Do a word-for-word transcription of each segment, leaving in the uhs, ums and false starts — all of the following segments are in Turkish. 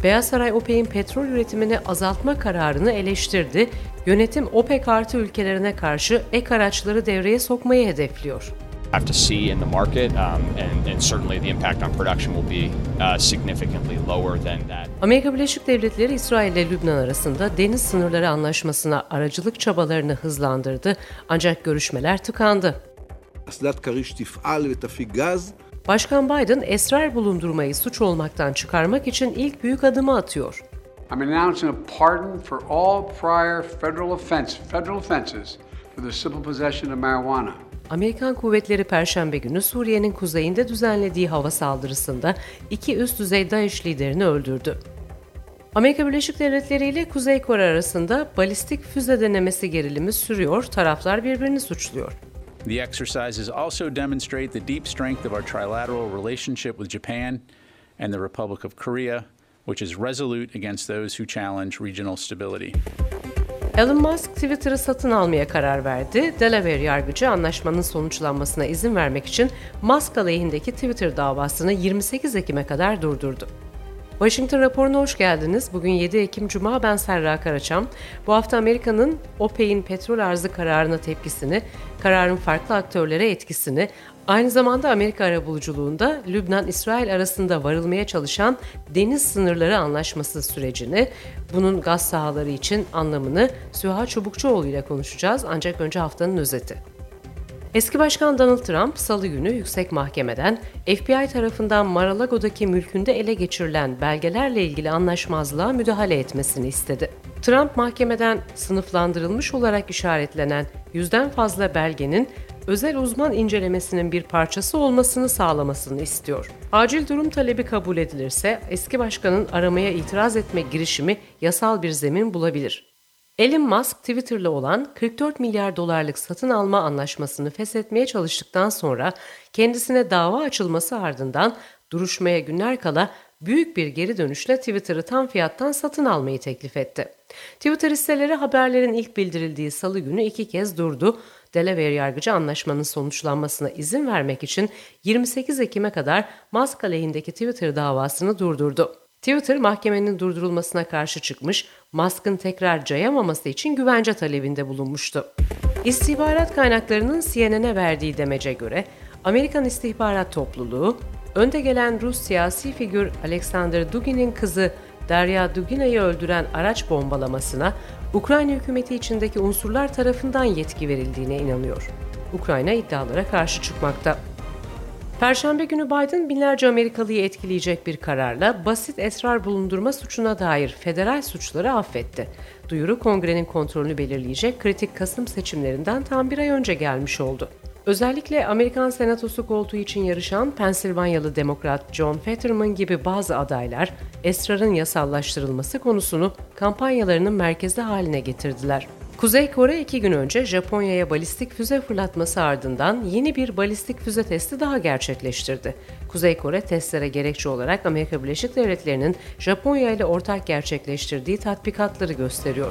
Beyaz Saray OPEC'in petrol üretimini azaltma kararını eleştirdi. Yönetim OPEC artı ülkelerine karşı ek araçları devreye sokmayı hedefliyor. Have to see in the market, um, and, and certainly the impact on production will be uh, significantly lower than that. Amerika Birleşik Devletleri İsrail ile Lübnan arasında deniz sınırları anlaşmasına aracılık çabalarını hızlandırdı, ancak görüşmeler tıkandı. Başkan Biden, esrar bulundurmayı suç olmaktan çıkarmak için ilk büyük adımı atıyor. I'm announcing a pardon for all prior federal offense, federal offenses for the simple possession of marijuana. Amerikan kuvvetleri Perşembe günü Suriye'nin kuzeyinde düzenlediği hava saldırısında iki üst düzey DAEŞ liderini öldürdü. Amerika Birleşik Devletleri ile Kuzey Kore arasında balistik füze denemesi gerilimi sürüyor, taraflar birbirini suçluyor. The exercises also demonstrate the deep strength of our trilateral relationship with Japan and the Republic of Korea, which is resolute against those who challenge regional stability. Elon Musk Twitter'ı satın almaya karar verdi. Delaware yargıcı anlaşmanın sonuçlanmasına izin vermek için Musk aleyhindeki Twitter davasını yirmi sekiz Ekim'e kadar durdurdu. Washington raporuna hoş geldiniz. Bugün yedi Ekim Cuma, ben Serra Karaçam. Bu hafta Amerika'nın OPEC'in petrol arzı kararına tepkisini, kararın farklı aktörlere etkisini, aynı zamanda Amerika arabuluculuğunda Lübnan-İsrail arasında varılmaya çalışan deniz sınırları anlaşması sürecini, bunun gaz sahaları için anlamını Süha Çubukçuoğlu ile konuşacağız. Ancak önce haftanın özeti. Eski Başkan Donald Trump, Salı günü Yüksek Mahkeme'den F B I tarafından Mar-a-Lago'daki mülkünde ele geçirilen belgelerle ilgili anlaşmazlığa müdahale etmesini istedi. Trump, mahkemeden sınıflandırılmış olarak işaretlenen yüzden fazla belgenin özel uzman incelemesinin bir parçası olmasını sağlamasını istiyor. Acil durum talebi kabul edilirse eski başkanın aramaya itiraz etme girişimi yasal bir zemin bulabilir. Elon Musk, Twitter'la olan kırk dört milyar dolarlık satın alma anlaşmasını feshetmeye çalıştıktan sonra kendisine dava açılması ardından duruşmaya günler kala büyük bir geri dönüşle Twitter'ı tam fiyattan satın almayı teklif etti. Twitter hisseleri haberlerin ilk bildirildiği Salı günü iki kez durdu. Delaware yargıcı anlaşmanın sonuçlanmasına izin vermek için yirmi sekiz Ekim'e kadar Musk aleyhindeki Twitter davasını durdurdu. Twitter, mahkemenin durdurulmasına karşı çıkmış, Musk'ın tekrar cayamaması için güvence talebinde bulunmuştu. İstihbarat kaynaklarının C N N'e verdiği demece göre, Amerikan İstihbarat Topluluğu, önde gelen Rus siyasi figür Alexander Dugin'in kızı Darya Dugina'yı öldüren araç bombalamasına Ukrayna hükümeti içindeki unsurlar tarafından yetki verildiğine inanıyor. Ukrayna iddialara karşı çıkmakta. Perşembe günü Biden, binlerce Amerikalıyı etkileyecek bir kararla basit esrar bulundurma suçuna dair federal suçları affetti. Duyuru, Kongre'nin kontrolünü belirleyecek kritik Kasım seçimlerinden tam bir ay önce gelmiş oldu. Özellikle Amerikan Senatosu koltuğu için yarışan Pensilvanyalı Demokrat John Fetterman gibi bazı adaylar, esrarın yasallaştırılması konusunu kampanyalarının merkezi haline getirdiler. Kuzey Kore iki gün önce Japonya'ya balistik füze fırlatması ardından yeni bir balistik füze testi daha gerçekleştirdi. Kuzey Kore, testlere gerekçe olarak Amerika Birleşik Devletleri'nin Japonya ile ortak gerçekleştirdiği tatbikatları gösteriyor.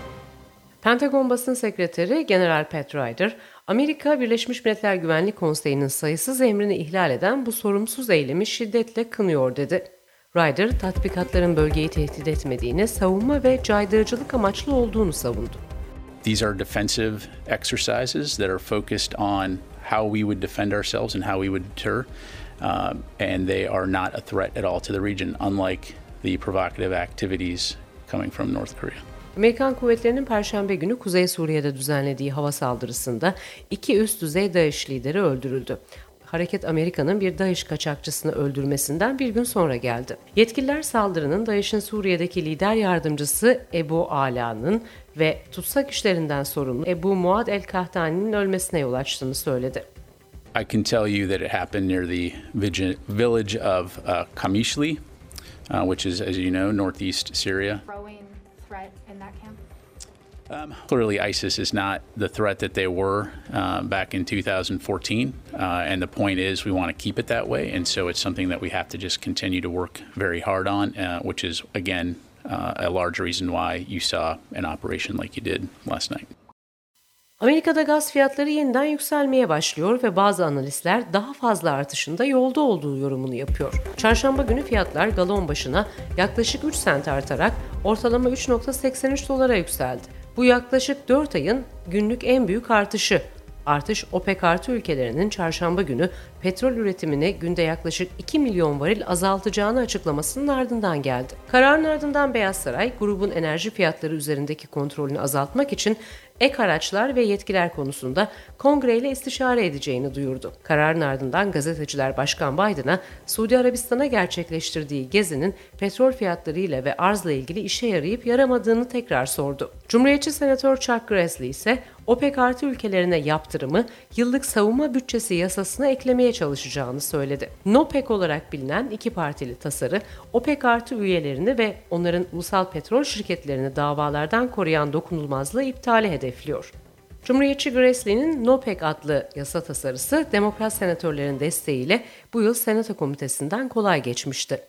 Pentagon Basın Sekreteri General Pat Ryder, Amerika Birleşmiş Milletler Güvenlik Konseyi'nin sayısız emrini ihlal eden bu sorumsuz eylemi şiddetle kınıyor dedi. Ryder, tatbikatların bölgeyi tehdit etmediğini, savunma ve caydırıcılık amaçlı olduğunu savundu. These are defensive exercises that are focused on how we would defend ourselves and how we would deter, um, and they are not a threat at all to the region, unlike the provocative activities coming from North Korea. Amerikan kuvvetlerinin Perşembe günü Kuzey Suriye'de düzenlediği hava saldırısında iki üst düzey DAEŞ lideri öldürüldü. Hareket, Amerika'nın bir DAEŞ kaçakçısını öldürmesinden bir gün sonra geldi. Yetkililer saldırının DAEŞ'in Suriye'deki lider yardımcısı Ebu Ala'nın ve tutsak işlerinden sorumlu Ebu Muad el-Kahtani'nin ölmesine yol açtığını söyledi. I can tell you that it happened near the village of uh, Kamishli, uh, which is, as you know, northeast Syria. Growing threat in that camp? Um, clearly, ISIS is not the threat that they were uh, back in two thousand fourteen, uh, and the point is we want to keep it that way, and so it's something that we have to just continue to work very hard on, uh, which is, again, uh, a large reason why you saw an operation like you did last night. Amerika'da gaz fiyatları yeniden yükselmeye başlıyor ve bazı analistler daha fazla artışın da yolda olduğu yorumunu yapıyor. Çarşamba günü fiyatlar galon başına yaklaşık üç sent artarak ortalama üç virgül seksen üç dolara yükseldi. Bu yaklaşık dört ayın günlük en büyük artışı. Artış, OPEC artı ülkelerinin çarşamba günü petrol üretimini günde yaklaşık iki milyon varil azaltacağını açıklamasının ardından geldi. Kararın ardından Beyaz Saray, grubun enerji fiyatları üzerindeki kontrolünü azaltmak için ek araçlar ve yetkiler konusunda kongreyle istişare edeceğini duyurdu. Kararın ardından gazeteciler Başkan Biden'a Suudi Arabistan'a gerçekleştirdiği gezinin petrol fiyatlarıyla ve arzla ilgili işe yarayıp yaramadığını tekrar sordu. Cumhuriyetçi Senatör Chuck Grassley ise OPEC artı ülkelerine yaptırımı yıllık savunma bütçesi yasasına eklemeye çalışacağını söyledi. NOPEC olarak bilinen iki partili tasarı, OPEC artı üyelerini ve onların ulusal petrol şirketlerini davalardan koruyan dokunulmazlığı iptali hedefliyor. Cumhuriyetçi Grassley'nin NOPEC adlı yasa tasarısı, Demokrat senatörlerin desteğiyle bu yıl Senato Komitesi'nden kolay geçmişti.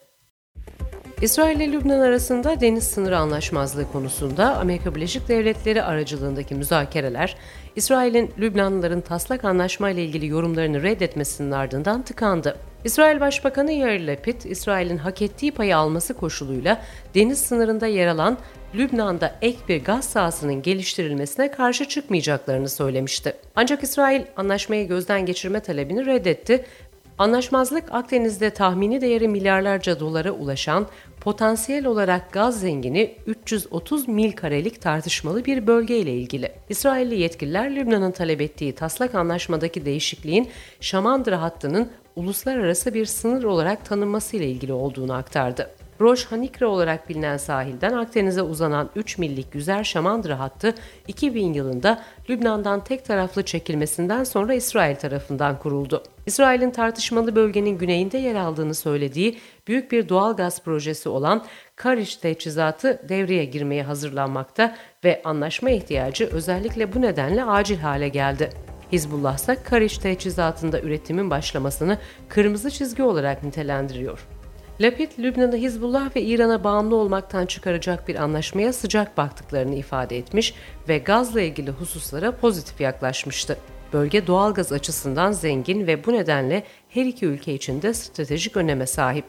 İsrail ile Lübnan arasında deniz sınırı anlaşmazlığı konusunda Amerika Birleşik Devletleri aracılığındaki müzakereler, İsrail'in Lübnanlıların taslak anlaşma ile ilgili yorumlarını reddetmesinin ardından tıkandı. İsrail Başbakanı Yair Lapid, İsrail'in hak ettiği payı alması koşuluyla deniz sınırında yer alan Lübnan'da ek bir gaz sahasının geliştirilmesine karşı çıkmayacaklarını söylemişti. Ancak İsrail anlaşmayı gözden geçirme talebini reddetti. Anlaşmazlık, Akdeniz'de tahmini değeri milyarlarca dolara ulaşan potansiyel olarak gaz zengini üç yüz otuz mil karelik tartışmalı bir bölge ile ilgili. İsrailli yetkililer Lübnan'ın talep ettiği taslak anlaşmadaki değişikliğin Şamandıra hattının uluslararası bir sınır olarak tanınması ile ilgili olduğunu aktardı. Rosh Hanikre olarak bilinen sahilden Akdeniz'e uzanan üç millik Güzer Şamandıra hattı iki bin yılında Lübnan'dan tek taraflı çekilmesinden sonra İsrail tarafından kuruldu. İsrail'in tartışmalı bölgenin güneyinde yer aldığını söylediği büyük bir doğal gaz projesi olan Kariş teçhizatı devreye girmeye hazırlanmakta ve anlaşma ihtiyacı özellikle bu nedenle acil hale geldi. Hizbullah ise Kariş teçhizatında üretimin başlamasını kırmızı çizgi olarak nitelendiriyor. Lapid, Lübnan'ı Hizbullah ve İran'a bağımlı olmaktan çıkaracak bir anlaşmaya sıcak baktıklarını ifade etmiş ve gazla ilgili hususlara pozitif yaklaşmıştı. Bölge doğalgaz açısından zengin ve bu nedenle her iki ülke için de stratejik öneme sahip.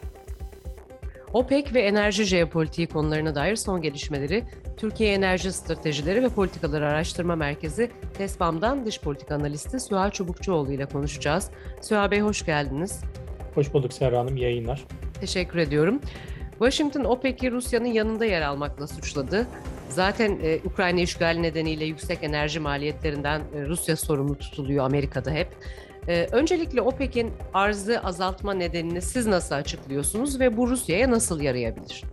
OPEC ve enerji jeopolitiği konularına dair son gelişmeleri Türkiye Enerji Stratejileri ve Politikaları Araştırma Merkezi TESBAM'dan dış politika analisti Süha Çubukçuoğlu ile konuşacağız. Süha Bey, hoş geldiniz. Hoş bulduk Serra Hanım, iyi yayınlar. Teşekkür ediyorum. Washington, OPEC'i Rusya'nın yanında yer almakla suçladı. Zaten e, Ukrayna işgali nedeniyle yüksek enerji maliyetlerinden e, Rusya sorumlu tutuluyor Amerika'da hep. E, öncelikle OPEC'in arzı azaltma nedenini siz nasıl açıklıyorsunuz ve bu Rusya'ya nasıl yarayabilir?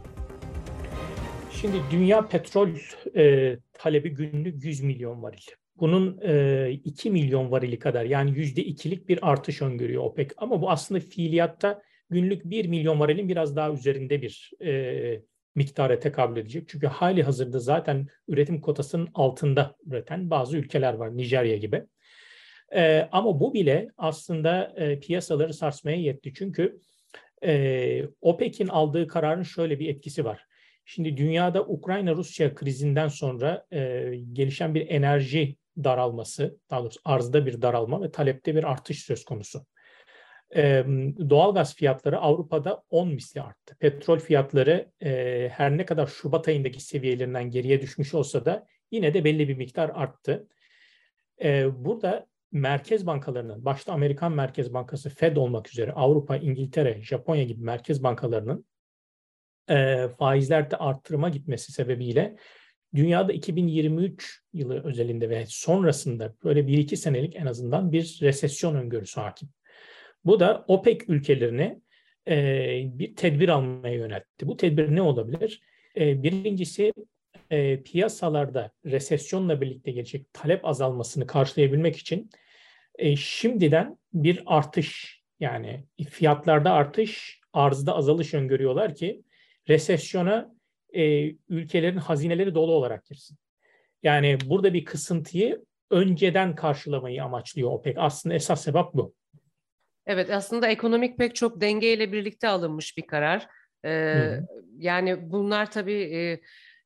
Şimdi dünya petrol e, talebi günlük yüz milyon varil. Bunun e, iki milyon varili kadar, yani yüzde ikilik bir artış öngörüyor OPEC. Ama bu aslında fiiliyatta günlük bir milyon varilin biraz daha üzerinde bir e, miktara tekabül edecek. Çünkü hali hazırda zaten üretim kotasının altında üreten bazı ülkeler var, Nijerya gibi. E, ama bu bile aslında e, piyasaları sarsmaya yetti. Çünkü e, OPEC'in aldığı kararın şöyle bir etkisi var. Şimdi dünyada Ukrayna-Rusya krizinden sonra e, gelişen bir enerji daralması, daha doğrusu arzda bir daralma ve talepte bir artış söz konusu. E, doğalgaz fiyatları Avrupa'da on misli arttı. Petrol fiyatları e, her ne kadar Şubat ayındaki seviyelerinden geriye düşmüş olsa da yine de belli bir miktar arttı. E, burada merkez bankalarının, başta Amerikan Merkez Bankası Fed olmak üzere Avrupa, İngiltere, Japonya gibi merkez bankalarının e, faizlerde arttırıma gitmesi sebebiyle dünyada iki bin yirmi üç yılı özelinde ve sonrasında böyle bir iki senelik en azından bir resesyon öngörüsü hakim. Bu da OPEC ülkelerine e, bir tedbir almaya yöneltti. Bu tedbir ne olabilir? E, birincisi e, piyasalarda resesyonla birlikte gelecek talep azalmasını karşılayabilmek için e, şimdiden bir artış, yani fiyatlarda artış, arzda azalış öngörüyorlar ki resesyona e, ülkelerin hazineleri dolu olarak girsin. Yani burada bir kısıntıyı önceden karşılamayı amaçlıyor OPEC. Aslında esas sebep bu. Evet, aslında ekonomik pek çok dengeyle birlikte alınmış bir karar. Ee, yani bunlar tabii e,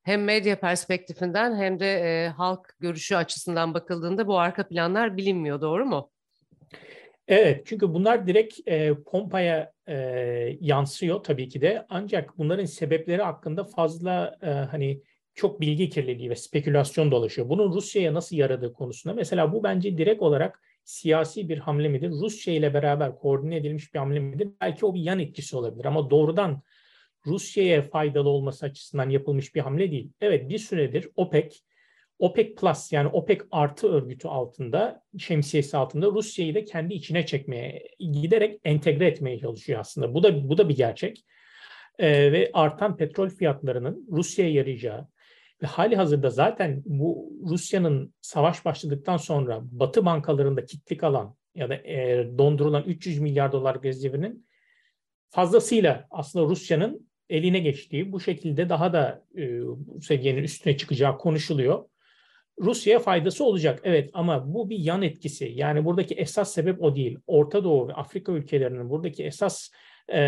hem medya perspektifinden hem de e, halk görüşü açısından bakıldığında bu arka planlar bilinmiyor, doğru mu? Evet, çünkü bunlar direkt e, pompaya e, yansıyor tabii ki de. Ancak bunların sebepleri hakkında fazla e, hani çok bilgi kirliliği ve spekülasyon dolaşıyor. Bunun Rusya'ya nasıl yaradığı konusunda mesela bu bence direkt olarak siyasi bir hamle midir? Rusya ile beraber koordine edilmiş bir hamle midir? Belki o bir yan etkisi olabilir ama doğrudan Rusya'ya faydalı olması açısından yapılmış bir hamle değil. Evet, bir süredir OPEC, OPEC Plus yani OPEC artı örgütü altında, şemsiyesi altında Rusya'yı da kendi içine çekmeye, giderek entegre etmeye çalışıyor aslında. Bu da bu da bir gerçek. Ee, ve artan petrol fiyatlarının Rusya'ya yarayacağı ve hali hazırda zaten bu Rusya'nın savaş başladıktan sonra Batı bankalarında kilitli kalan ya da e, dondurulan üç yüz milyar dolar rezervinin fazlasıyla aslında Rusya'nın eline geçtiği, bu şekilde daha da e, bu seviyenin üstüne çıkacağı konuşuluyor. Rusya'ya faydası olacak, evet, ama bu bir yan etkisi. Yani buradaki esas sebep o değil. Orta Doğu ve Afrika ülkelerinin buradaki esas e,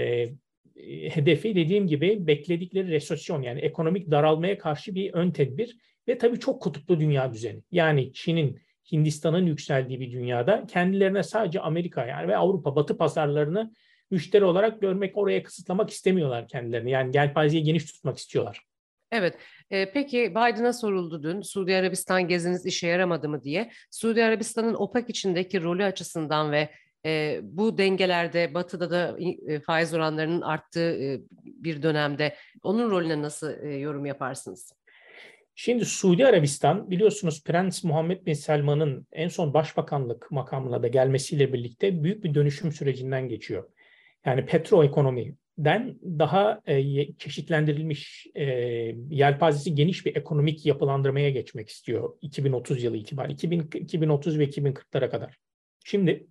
hedefi dediğim gibi bekledikleri resesyon, yani ekonomik daralmaya karşı bir ön tedbir ve tabii çok kutuplu dünya düzeni. Yani Çin'in, Hindistan'ın yükseldiği bir dünyada kendilerine sadece Amerika yani ve Avrupa, Batı pazarlarını müşteri olarak görmek, oraya kısıtlamak istemiyorlar kendilerini. Yani yelpazeyi geniş tutmak istiyorlar. Evet. E, peki Biden'a soruldu dün Suudi Arabistan geziniz işe yaramadı mı diye. Suudi Arabistan'ın OPEC içindeki rolü açısından ve e, bu dengelerde Batı'da da e, faiz oranlarının arttığı e, bir dönemde onun rolüne nasıl e, yorum yaparsınız? Şimdi Suudi Arabistan biliyorsunuz Prens Muhammed Bin Selman'ın en son başbakanlık makamına da gelmesiyle birlikte büyük bir dönüşüm sürecinden geçiyor. Yani petroekonomiden daha e, çeşitlendirilmiş, e, yelpazesi geniş bir ekonomik yapılandırmaya geçmek istiyor iki bin otuz yılı itibariyle, iki bin otuz ve iki bin kırklara kadar. Şimdi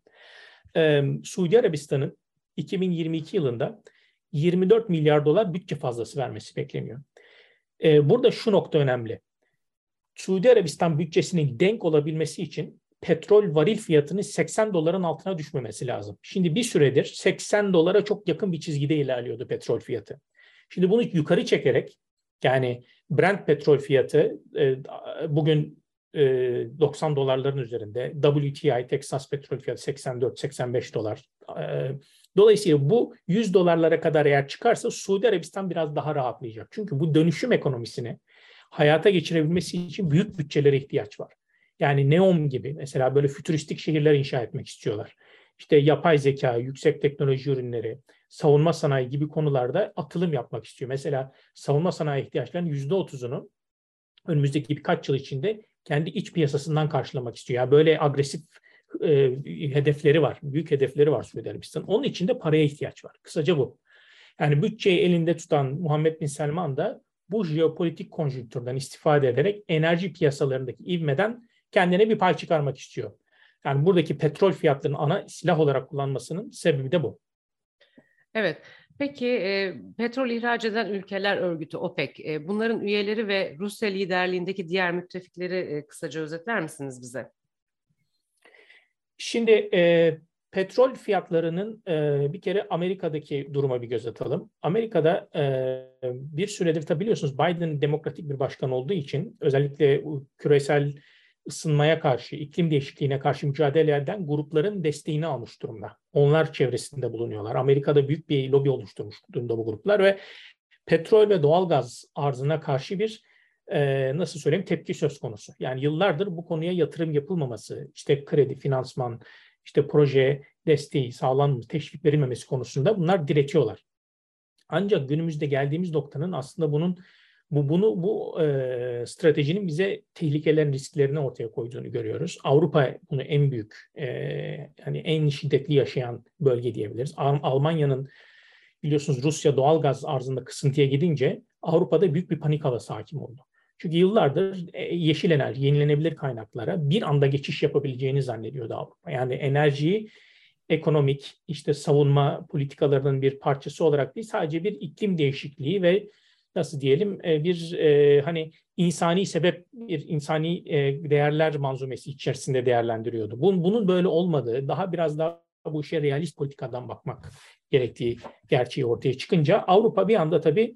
e, Suudi Arabistan'ın iki bin yirmi iki yılında yirmi dört milyar dolar bütçe fazlası vermesi bekleniyor. E, burada şu nokta önemli. Suudi Arabistan bütçesinin denk olabilmesi için petrol varil fiyatının seksen doların altına düşmemesi lazım. Şimdi bir süredir seksen dolara çok yakın bir çizgide ilerliyordu petrol fiyatı. Şimdi bunu yukarı çekerek, yani Brent petrol fiyatı bugün doksan dolarların üzerinde, W T I Texas petrol fiyatı seksen dört seksen beş dolar. Dolayısıyla bu yüz dolarlara kadar eğer çıkarsa Suudi Arabistan biraz daha rahatlayacak. Çünkü bu dönüşüm ekonomisini hayata geçirebilmesi için büyük bütçelere ihtiyaç var. Yani Neom gibi mesela böyle fütüristik şehirler inşa etmek istiyorlar. İşte yapay zeka, yüksek teknoloji ürünleri, savunma sanayi gibi konularda atılım yapmak istiyor. Mesela savunma sanayi ihtiyaçlarının yüzde otuzunu önümüzdeki birkaç yıl içinde kendi iç piyasasından karşılamak istiyor. Yani böyle agresif e, hedefleri var, büyük hedefleri var Suudi Arabistan. Onun için de paraya ihtiyaç var. Kısaca bu. Yani bütçeyi elinde tutan Muhammed Bin Selman da bu jeopolitik konjonktürden istifade ederek enerji piyasalarındaki ivmeden kendine bir pay çıkarmak istiyor. Yani buradaki petrol fiyatlarının ana silah olarak kullanmasının sebebi de bu. Evet. Peki e, petrol ihraç eden ülkeler örgütü OPEC, e, bunların üyeleri ve Rusya liderliğindeki diğer müttefikleri e, kısaca özetler misiniz bize? Şimdi e, petrol fiyatlarının e, bir kere Amerika'daki duruma bir göz atalım. Amerika'da e, bir süredir tabi biliyorsunuz Biden demokratik bir başkan olduğu için özellikle küresel ısınmaya karşı, iklim değişikliğine karşı mücadele eden grupların desteğini almış durumda. Onlar çevresinde bulunuyorlar. Amerika'da büyük bir lobi oluşturmuş durumda bu gruplar ve petrol ve doğalgaz arzına karşı bir e, nasıl söyleyeyim tepki söz konusu. Yani yıllardır bu konuya yatırım yapılmaması, işte kredi, finansman, işte proje desteği sağlanmaması, teşvik verilmemesi konusunda bunlar diretiyorlar. Ancak günümüzde geldiğimiz noktanın aslında bunun Bu bunu bu e, stratejinin bize tehlikelerin, risklerini ortaya koyduğunu görüyoruz. Avrupa bunu en büyük, e, yani en şiddetli yaşayan bölge diyebiliriz. Almanya'nın biliyorsunuz Rusya doğalgaz arzında kısıntıya gidince Avrupa'da büyük bir panik havası hakim oldu. Çünkü yıllardır e, yeşil enerji, yenilenebilir kaynaklara bir anda geçiş yapabileceğini zannediyordu Avrupa. Yani enerjiyi ekonomik, işte savunma politikalarının bir parçası olarak değil, sadece bir iklim değişikliği ve nasıl diyelim bir e, hani insani sebep, bir insani e, değerler manzumesi içerisinde değerlendiriyordu. Bunun, bunun böyle olmadığı, daha biraz daha bu işe realist politikadan bakmak gerektiği gerçeği ortaya çıkınca Avrupa bir anda tabii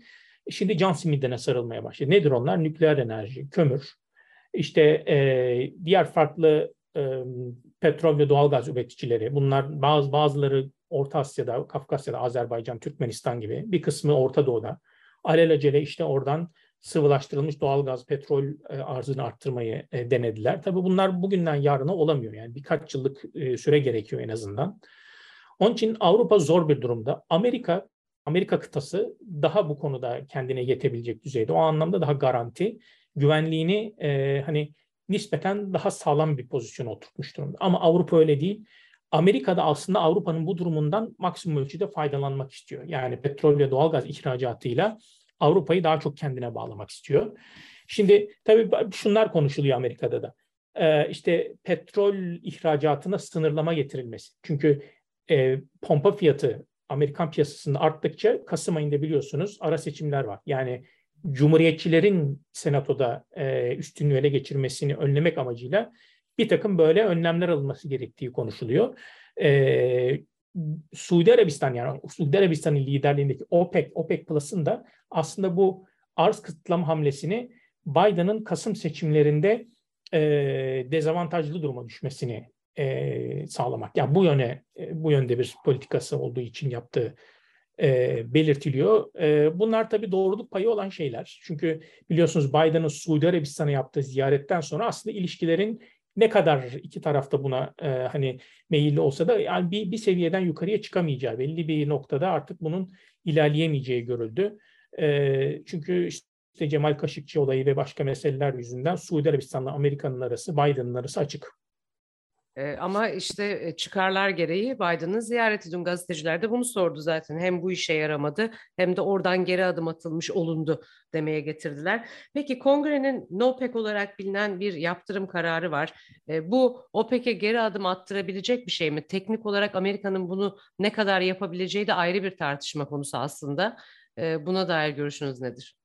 Şimdi can simidine sarılmaya başladı. Nedir onlar? Nükleer enerji, kömür, işte e, diğer farklı e, petrol ve doğalgaz üreticileri. Bunlar bazı bazıları Orta Asya'da, Kafkasya'da, Azerbaycan, Türkmenistan gibi, bir kısmı Orta Doğu'da. Alelacele işte oradan sıvılaştırılmış doğalgaz, petrol e, arzını arttırmayı e, denediler. Tabii bunlar bugünden yarına olamıyor. Yani birkaç yıllık e, süre gerekiyor en azından. Onun için Avrupa zor bir durumda. Amerika, Amerika kıtası daha bu konuda kendine yetebilecek düzeyde. O anlamda daha garanti, güvenliğini e, hani nispeten daha sağlam bir pozisyona oturtmuş durumda. Ama Avrupa öyle değil. Amerika'da aslında Avrupa'nın bu durumundan maksimum ölçüde faydalanmak istiyor. Yani petrol ve doğalgaz ihracatıyla Avrupa'yı daha çok kendine bağlamak istiyor. Şimdi tabii şunlar konuşuluyor Amerika'da da. Ee, işte petrol ihracatına sınırlama getirilmesi. Çünkü e, pompa fiyatı Amerikan piyasasında arttıkça Kasım ayında biliyorsunuz ara seçimler var. Yani Cumhuriyetçilerin senatoda e, üstünlüğü ele geçirmesini önlemek amacıyla bir takım böyle önlemler alınması gerektiği konuşuluyor. E, Suudi Arabistan yani Suudi Arabistan'ın liderliğindeki OPEC, OPEC Plus'ın da aslında bu arz kısıtlama hamlesini Biden'ın Kasım seçimlerinde e, dezavantajlı duruma düşmesini e, sağlamak. Yani bu yöne e, bu yönde bir politikası olduğu için yaptığı e, belirtiliyor. E, bunlar tabii doğruluk payı olan şeyler. Çünkü biliyorsunuz Biden'ın Suudi Arabistan'a yaptığı ziyaretten sonra aslında ilişkilerin ne kadar iki tarafta buna e, hani meyilli olsa da yani bir, bir seviyeden yukarıya çıkamayacağı, belli bir noktada artık bunun ilerleyemeyeceği görüldü. E, çünkü işte Cemal Kaşıkçı olayı ve başka meseleler yüzünden Suudi Arabistan'la Amerika'nın arası, Biden'ın arası açık. Ee, ama işte çıkarlar gereği Biden'ın ziyareti, dün gazeteciler de bunu sordu zaten. Hem bu işe yaramadı hem de oradan geri adım atılmış olundu demeye getirdiler. Peki Kongre'nin NOPEC olarak bilinen bir yaptırım kararı var. Ee, bu OPEC'e geri adım attırabilecek bir şey mi? Teknik olarak Amerika'nın bunu ne kadar yapabileceği de ayrı bir tartışma konusu aslında. Ee, buna dair görüşünüz nedir?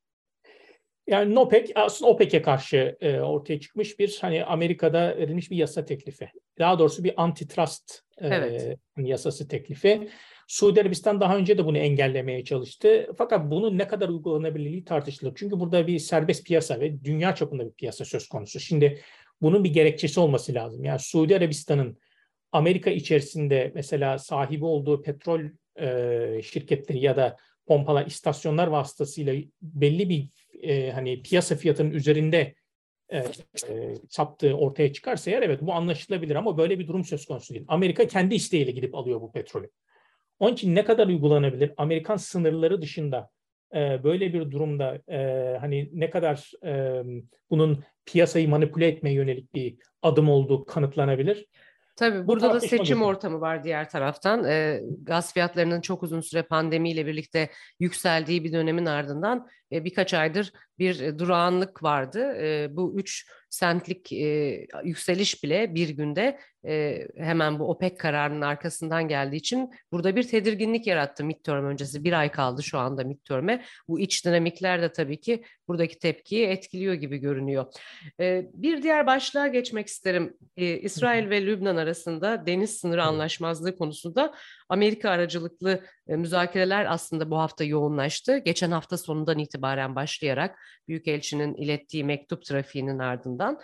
Yani NOPEC aslında OPEC'e karşı e, ortaya çıkmış bir hani Amerika'da verilmiş bir yasa teklifi. Daha doğrusu bir antitrust e, Evet. yasası teklifi. Suudi Arabistan daha önce de bunu engellemeye çalıştı. Fakat bunun ne kadar uygulanabilirliği tartışılır. Çünkü burada bir serbest piyasa ve dünya çapında bir piyasa söz konusu. Şimdi bunun bir gerekçesi olması lazım. Yani Suudi Arabistan'ın Amerika içerisinde mesela sahibi olduğu petrol e, şirketleri ya da pompalar, istasyonlar vasıtasıyla belli bir e, hani piyasa fiyatının üzerinde e, e, sattığı ortaya çıkarsa eğer evet bu anlaşılabilir ama böyle bir durum söz konusu değil. Amerika kendi isteğiyle gidip alıyor bu petrolü. Onun için ne kadar uygulanabilir? Amerikan sınırları dışında e, böyle bir durumda e, hani ne kadar e, bunun piyasayı manipüle etmeye yönelik bir adım olduğu kanıtlanabilir? Tabii Bu burada da tartışma seçim güzel. ortamı var diğer taraftan. E, gaz fiyatlarının çok uzun süre pandemiyle birlikte yükseldiği bir dönemin ardından e, birkaç aydır bir e, durağanlık vardı. E, bu üç sentlik e, yükseliş bile bir günde e, hemen bu OPEC kararının arkasından geldiği için burada bir tedirginlik yarattı midterm öncesi. Bir ay kaldı şu anda midterm'e. Bu iç dinamikler de tabii ki buradaki tepkiyi etkiliyor gibi görünüyor. E, bir diğer başlığa geçmek isterim. E, İsrail ve Lübnan arasında deniz sınırı anlaşmazlığı konusunda Amerika aracılıklı e, müzakereler aslında bu hafta yoğunlaştı. Geçen hafta sonundan itibaren başlayarak Büyükelçinin ilettiği mektup trafiğinin ardından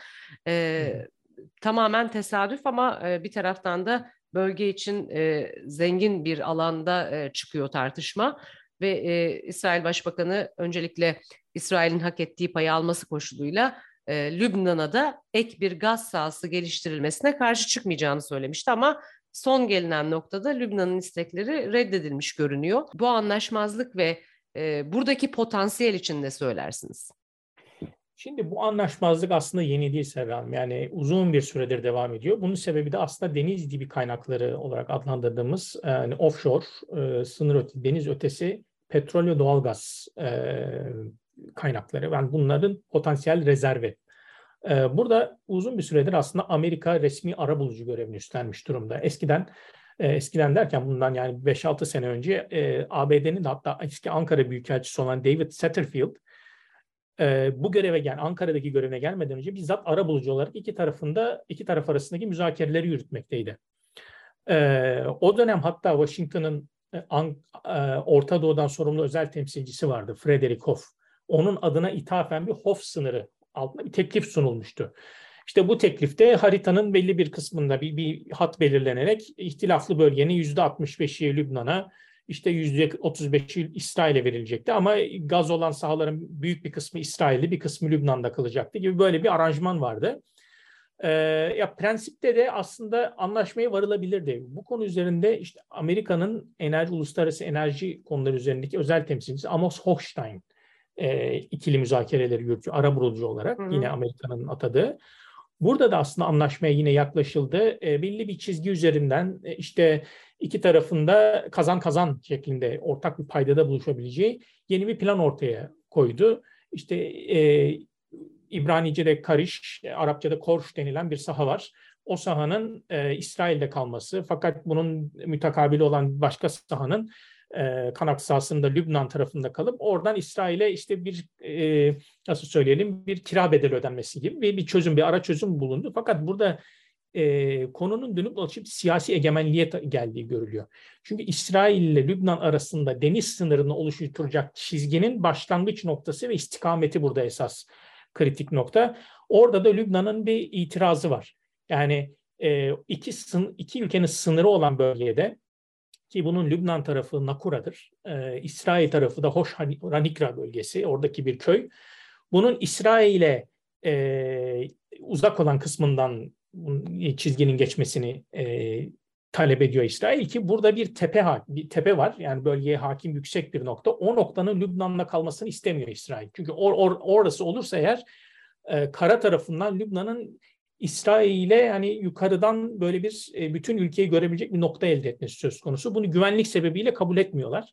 e, tamamen tesadüf ama e, bir taraftan da bölge için e, zengin bir alanda e, çıkıyor tartışma ve e, İsrail Başbakanı öncelikle İsrail'in hak ettiği payı alması koşuluyla e, Lübnan'a da ek bir gaz sahası geliştirilmesine karşı çıkmayacağını söylemişti ama son gelinen noktada Lübnan'ın istekleri reddedilmiş görünüyor. Bu anlaşmazlık ve e, buradaki potansiyel için ne söylersiniz? Şimdi bu anlaşmazlık aslında yeni değil Serra Hanım. Yani uzun bir süredir devam ediyor. Bunun sebebi de aslında deniz dibi kaynakları olarak adlandırdığımız yani offshore, e, sınır ötesi, deniz ötesi petrol ve doğalgaz e, kaynakları. Yani bunların potansiyel rezervi. E, burada uzun bir süredir aslında Amerika resmi arabulucu görevini üstlenmiş durumda. Eskiden e, eskiden derken bundan yani beş altı sene önce e, A B D'nin hatta eski Ankara Büyükelçisi olan David Satterfield Ee, bu göreve gel, Ankara'daki görevine gelmeden önce bizzat arabulucu olarak iki tarafında iki taraf arasındaki müzakereleri yürütmekteydi. Ee, o dönem hatta Washington'ın Orta Doğu'dan sorumlu özel temsilcisi vardı, Frederick Hoff. Onun adına ithafen bir Hoff sınırı altında bir teklif sunulmuştu. İşte bu teklifte haritanın belli bir kısmında bir, bir hat belirlenerek ihtilaflı bölgenin yüzde altmış beşi Lübnan'a, işte yüzde otuz beşi İsrail'e verilecekti. Ama gaz olan sahaların büyük bir kısmı İsrail'de, bir kısmı Lübnan'da kalacaktı gibi böyle bir aranjman vardı. Ee, ya prensipte de aslında anlaşmaya varılabilirdi. Bu konu üzerinde işte Amerika'nın enerji, uluslararası enerji konuları üzerindeki özel temsilcisi Amos Hochstein e, ikili müzakereleri yürütüyor, arabulucu olarak, hı hı. Yine Amerika'nın atadığı. Burada da aslında anlaşmaya yine yaklaşıldı. E, belli bir çizgi üzerinden e, işte iki tarafında kazan kazan şeklinde ortak bir paydada buluşabileceği yeni bir plan ortaya koydu. İşte e, İbranice'de Kariş, Arapça'da Korş denilen bir saha var. O sahanın e, İsrail'de kalması, fakat bunun mütakabili olan başka sahanın e, Kanak sahasında Lübnan tarafında kalıp oradan İsrail'e işte bir e, nasıl söyleyelim bir kira bedeli ödenmesi gibi bir, bir çözüm, bir ara çözüm bulundu. Fakat burada e, konunun dönüp dolaşıp siyasi egemenliğe geldiği görülüyor. Çünkü İsrail ile Lübnan arasında deniz sınırını oluşturacak çizginin başlangıç noktası ve istikameti burada esas kritik nokta. Orada da Lübnan'ın bir itirazı var. Yani e, iki, sın, iki ülkenin sınırı olan bölgede, ki bunun Lübnan tarafı Nakura'dır, e, İsrail tarafı da Hoş Hanikra bölgesi, oradaki bir köy. Bunun İsrail'e e, uzak olan kısmından çizginin geçmesini e, talep ediyor İsrail, ki burada bir tepe bir tepe var. Yani bölgeye hakim yüksek bir nokta. O noktanın Lübnan'la kalmasını istemiyor İsrail. Çünkü or, or, orası olursa eğer e, kara tarafından Lübnan'ın İsrail'e yani yukarıdan böyle bir e, bütün ülkeyi görebilecek bir nokta elde etmesi söz konusu. Bunu güvenlik sebebiyle kabul etmiyorlar.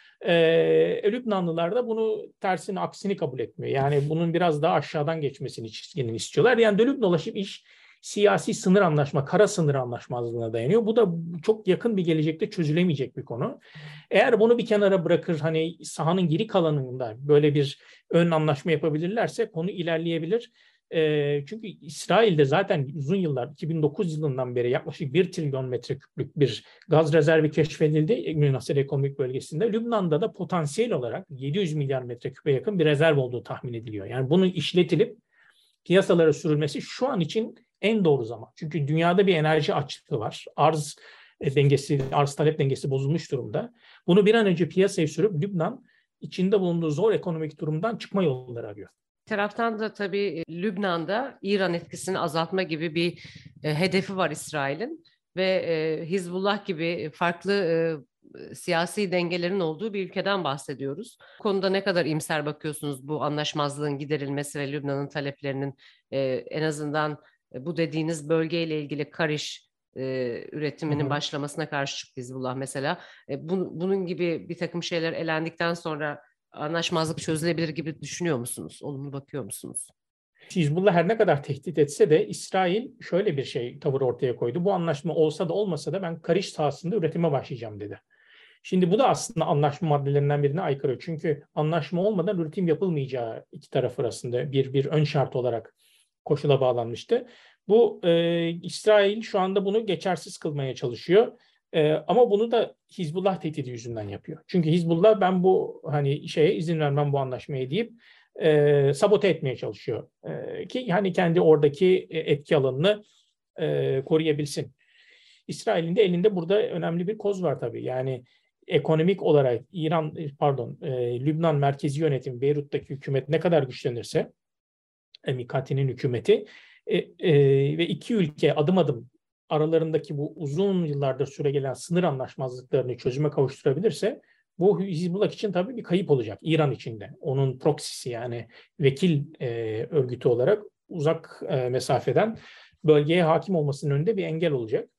E, Lübnanlılar da bunu tersini aksini kabul etmiyor. Yani bunun biraz daha aşağıdan geçmesini çizginin istiyorlar. Yani dönüp dolaşıp iş siyasi sınır anlaşma, kara sınır anlaşmazlığına dayanıyor. Bu da çok yakın bir gelecekte çözülemeyecek bir konu. Eğer bunu bir kenara bırakır, hani sahanın geri kalanında böyle bir ön anlaşma yapabilirlerse konu ilerleyebilir. E, çünkü İsrail'de zaten uzun yıllar, iki bin dokuz yılından beri yaklaşık bir trilyon metreküplük bir gaz rezervi keşfedildi Münhasır Ekonomik Bölgesi'nde. Lübnan'da da potansiyel olarak yedi yüz milyar metreküpe yakın bir rezerv olduğu tahmin ediliyor. Yani bunun işletilip piyasalara sürülmesi şu an için en doğru zaman. Çünkü dünyada bir enerji açlığı var. Arz dengesi, arz talep dengesi bozulmuş durumda. Bunu bir an önce piyasaya sürüp Lübnan içinde bulunduğu zor ekonomik durumdan çıkma yolları arıyor. Bir taraftan da tabii Lübnan'da İran etkisini azaltma gibi bir e, hedefi var İsrail'in ve e, Hizbullah gibi farklı e, siyasi dengelerin olduğu bir ülkeden bahsediyoruz. Bu konuda ne kadar iyimser bakıyorsunuz bu anlaşmazlığın giderilmesi ve Lübnan'ın taleplerinin e, en azından e, bu dediğiniz bölgeyle ilgili Kariş e, üretiminin hı hı. başlamasına karşı çıktı Hizbullah mesela. E, bu, bunun gibi bir takım şeyler elendikten sonra anlaşmazlık çözülebilir gibi düşünüyor musunuz? Olumlu bakıyor musunuz? Hizbullah her ne kadar tehdit etse de İsrail şöyle bir şey tavır ortaya koydu. Bu anlaşma olsa da olmasa da ben Kariş sahasında üretime başlayacağım dedi. Şimdi bu da aslında anlaşma maddelerinden birine aykırı. Çünkü anlaşma olmadan üretim yapılmayacağı iki taraf arasında bir bir ön şart olarak koşula bağlanmıştı. Bu e, İsrail şu anda bunu geçersiz kılmaya çalışıyor. Ee, ama bunu da Hizbullah tehdidi yüzünden yapıyor. Çünkü Hizbullah ben bu hani şeye izin vermem bu anlaşmaya deyip e, sabote etmeye çalışıyor. E, ki hani kendi oradaki etki alanını e, koruyabilsin. İsrail'in de elinde burada önemli bir koz var tabii. Yani ekonomik olarak İran pardon e, Lübnan merkezi yönetim, Beyrut'taki hükümet ne kadar güçlenirse e, Mikati'nin hükümeti e, e, ve iki ülke adım adım aralarındaki bu uzun yıllardır süregelen sınır anlaşmazlıklarını çözüme kavuşturabilirse bu Hizbullah için tabii bir kayıp olacak. İran için de. Onun proksisi yani vekil e, örgütü olarak uzak e, mesafeden bölgeye hakim olmasının önünde bir engel olacak.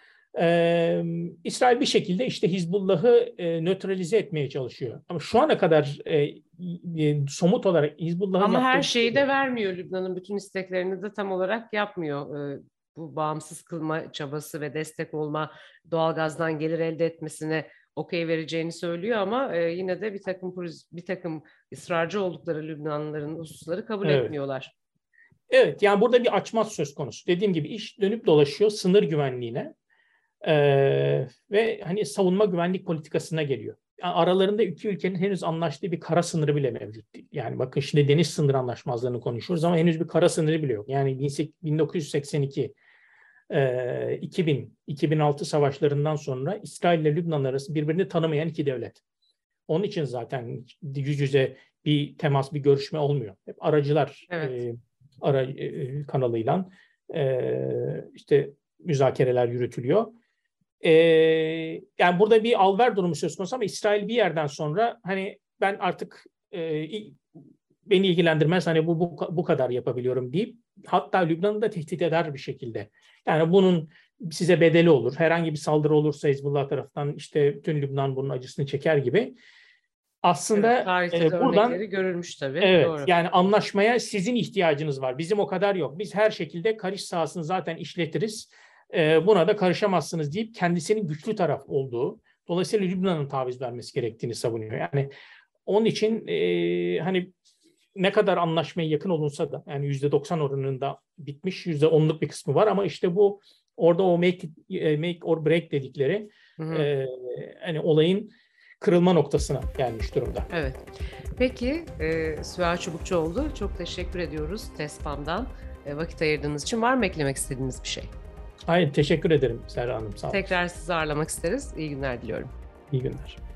E, İsrail bir şekilde işte Hizbullah'ı e, nötralize etmeye çalışıyor. Ama şu ana kadar e, e, somut olarak Hizbullah'ın Ama yaptığı her şeyi şey de vermiyor. Lübnan'ın bütün isteklerini de tam olarak yapmıyor. E, bu bağımsız kılma çabası ve destek olma, doğalgazdan gelir elde etmesine okey vereceğini söylüyor ama e, yine de bir takım bir takım ısrarcı oldukları Lübnanlıların hususları kabul evet. etmiyorlar. Evet, yani burada bir açmaz söz konusu. Dediğim gibi iş dönüp dolaşıyor sınır güvenliğine. Ee, ve hani savunma güvenlik politikasına geliyor. Yani aralarında iki ülkenin henüz anlaştığı bir kara sınırı bile mevcut değil. Yani bakın şimdi deniz sınırı anlaşmazlarını konuşuyoruz ama henüz bir kara sınırı bile yok. Yani bin dokuz yüz seksen iki, iki bin, iki bin altı savaşlarından sonra İsrail ile Lübnan arası birbirini tanımayan iki devlet. Onun için zaten yüz yüze bir temas, bir görüşme olmuyor. Hep aracılar Evet. e, ara e, kanalıyla e, işte müzakereler yürütülüyor. E, yani burada bir al-ver durumu söz konusu ama İsrail bir yerden sonra hani ben artık e, beni ilgilendirmez, hani bu, bu bu kadar yapabiliyorum deyip hatta Lübnan'ı da tehdit eder bir şekilde. Yani bunun size bedeli olur. Herhangi bir saldırı olursa Hizbullah tarafından işte bütün Lübnan bunun acısını çeker gibi. Aslında Evet, tarihte e, de buradan örnekleri görülmüş tabii. evet, Doğru. yani anlaşmaya sizin ihtiyacınız var. Bizim o kadar yok. Biz her şekilde karış sahasını zaten işletiriz. E, buna da karışamazsınız deyip kendisinin güçlü taraf olduğu, dolayısıyla Lübnan'ın taviz vermesi gerektiğini savunuyor. Yani onun için e, hani ne kadar anlaşmaya yakın olunsa da yani yüzde doksan oranında bitmiş, yüzde onluk bir kısmı var ama işte bu orada o make, make or break dedikleri Hı hı. e, hani olayın kırılma noktasına gelmiş durumda. Evet. Peki e, Süha Çubukçuoğlu, çok teşekkür ediyoruz TESPAM'dan e, vakit ayırdığınız için. Var mı eklemek istediğiniz bir şey? Hayır, teşekkür ederim Serra Hanım. Sağ olun. Tekrar sizi ağırlamak isteriz. İyi günler diliyorum. İyi günler.